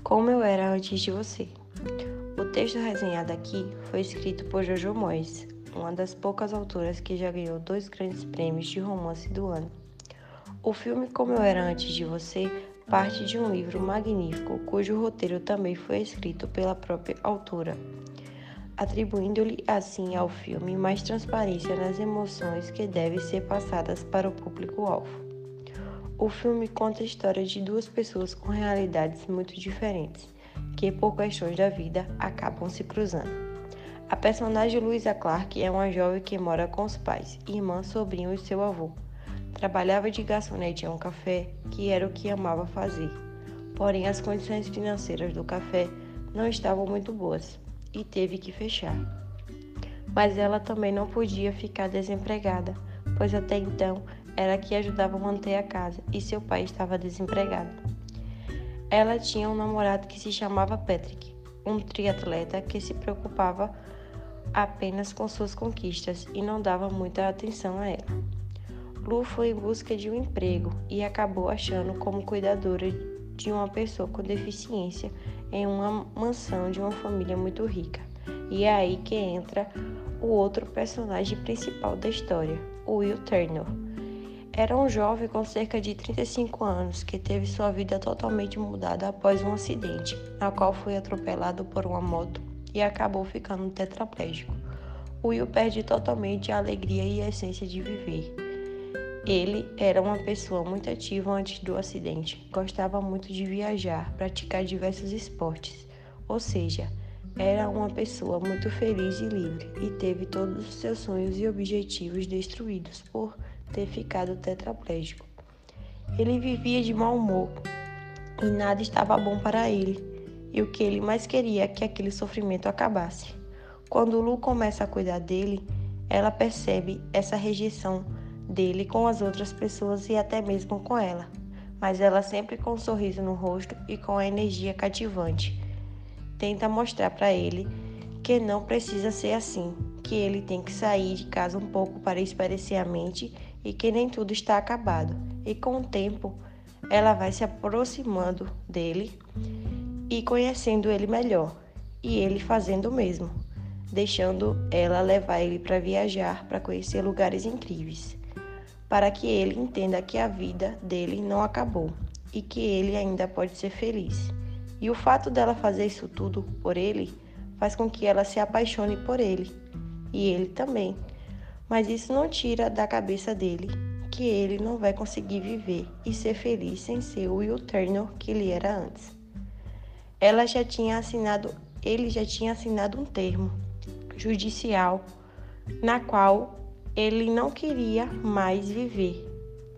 Como eu era antes de você. O texto resenhado aqui foi escrito por Jojo Moyes, uma das poucas autoras que já ganhou 2 grandes prêmios de romance do ano. O filme Como Eu Era Antes de Você parte de um livro magnífico cujo roteiro também foi escrito pela própria autora, atribuindo-lhe assim ao filme mais transparência nas emoções que devem ser passadas para o público-alvo. O filme conta a história de 2 pessoas com realidades muito diferentes, que por questões da vida acabam se cruzando. A personagem Louisa Clark é uma jovem que mora com os pais, irmã, sobrinho e seu avô. Trabalhava de garçonete em um café, que era o que amava fazer. Porém, as condições financeiras do café não estavam muito boas e teve que fechar. Mas ela também não podia ficar desempregada, pois até então era que ajudava a manter a casa e seu pai estava desempregado. Ela tinha um namorado que se chamava Patrick, um triatleta que se preocupava apenas com suas conquistas e não dava muita atenção a ela. Lu foi em busca de um emprego e acabou achando como cuidadora de uma pessoa com deficiência em uma mansão de uma família muito rica. E é aí que entra o outro personagem principal da história, o Will Turner. Era um jovem com cerca de 35 anos que teve sua vida totalmente mudada após um acidente, na qual foi atropelado por uma moto e acabou ficando tetraplégico. Will perde totalmente a alegria e a essência de viver. Ele era uma pessoa muito ativa antes do acidente, gostava muito de viajar, praticar diversos esportes, ou seja, era uma pessoa muito feliz e livre e teve todos os seus sonhos e objetivos destruídos por ter ficado tetraplégico. Ele vivia de mau humor e nada estava bom para ele, e o que ele mais queria é que aquele sofrimento acabasse. Quando Lu começa a cuidar dele, ela percebe essa rejeição dele com as outras pessoas e até mesmo com ela, mas ela sempre com um sorriso no rosto e com a energia cativante. Tenta mostrar para ele que não precisa ser assim, que ele tem que sair de casa um pouco para espairecer a mente e que nem tudo está acabado. E com o tempo, ela vai se aproximando dele e conhecendo ele melhor, e ele fazendo o mesmo, deixando ela levar ele para viajar, para conhecer lugares incríveis, para que ele entenda que a vida dele não acabou e que ele ainda pode ser feliz. E o fato dela fazer isso tudo por ele faz com que ela se apaixone por ele, e ele também. Mas isso não tira da cabeça dele que ele não vai conseguir viver e ser feliz sem ser o Will Turner que ele era antes. Ele já tinha assinado um termo judicial na qual ele não queria mais viver.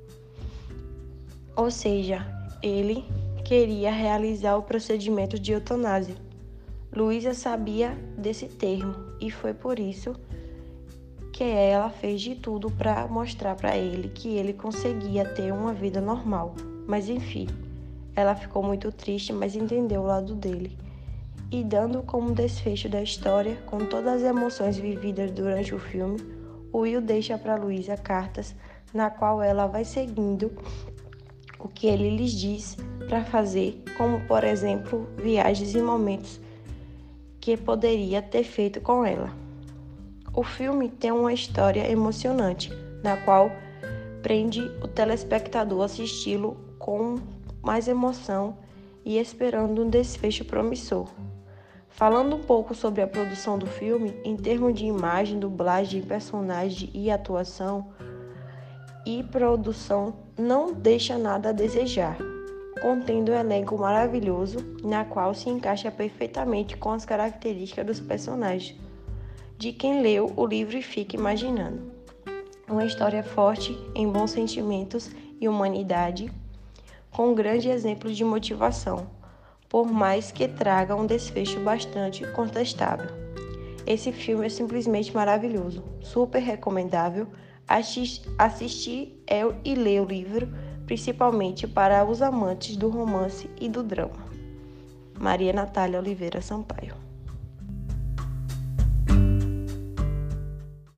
Ou seja, ele queria realizar o procedimento de eutanásia. Louisa sabia desse termo e foi por isso que ela fez de tudo para mostrar para ele que ele conseguia ter uma vida normal. Mas enfim, ela ficou muito triste, mas entendeu o lado dele. E dando como desfecho da história, com todas as emoções vividas durante o filme, o Will deixa para Louisa cartas na qual ela vai seguindo o que ele lhes diz para fazer, como por exemplo, viagens e momentos que poderia ter feito com ela. O filme tem uma história emocionante, na qual prende o telespectador a assisti-lo com mais emoção e esperando um desfecho promissor. Falando um pouco sobre a produção do filme, em termos de imagem, dublagem, personagem e atuação e produção, não deixa nada a desejar, contendo um elenco maravilhoso, na qual se encaixa perfeitamente com as características dos personagens, de quem leu o livro e fica imaginando. Uma história forte em bons sentimentos e humanidade, com grandes exemplos de motivação, por mais que traga um desfecho bastante contestável. Esse filme é simplesmente maravilhoso, super recomendável. Assistir e ler o livro, principalmente para os amantes do romance e do drama. Maria Natália Oliveira Sampaio.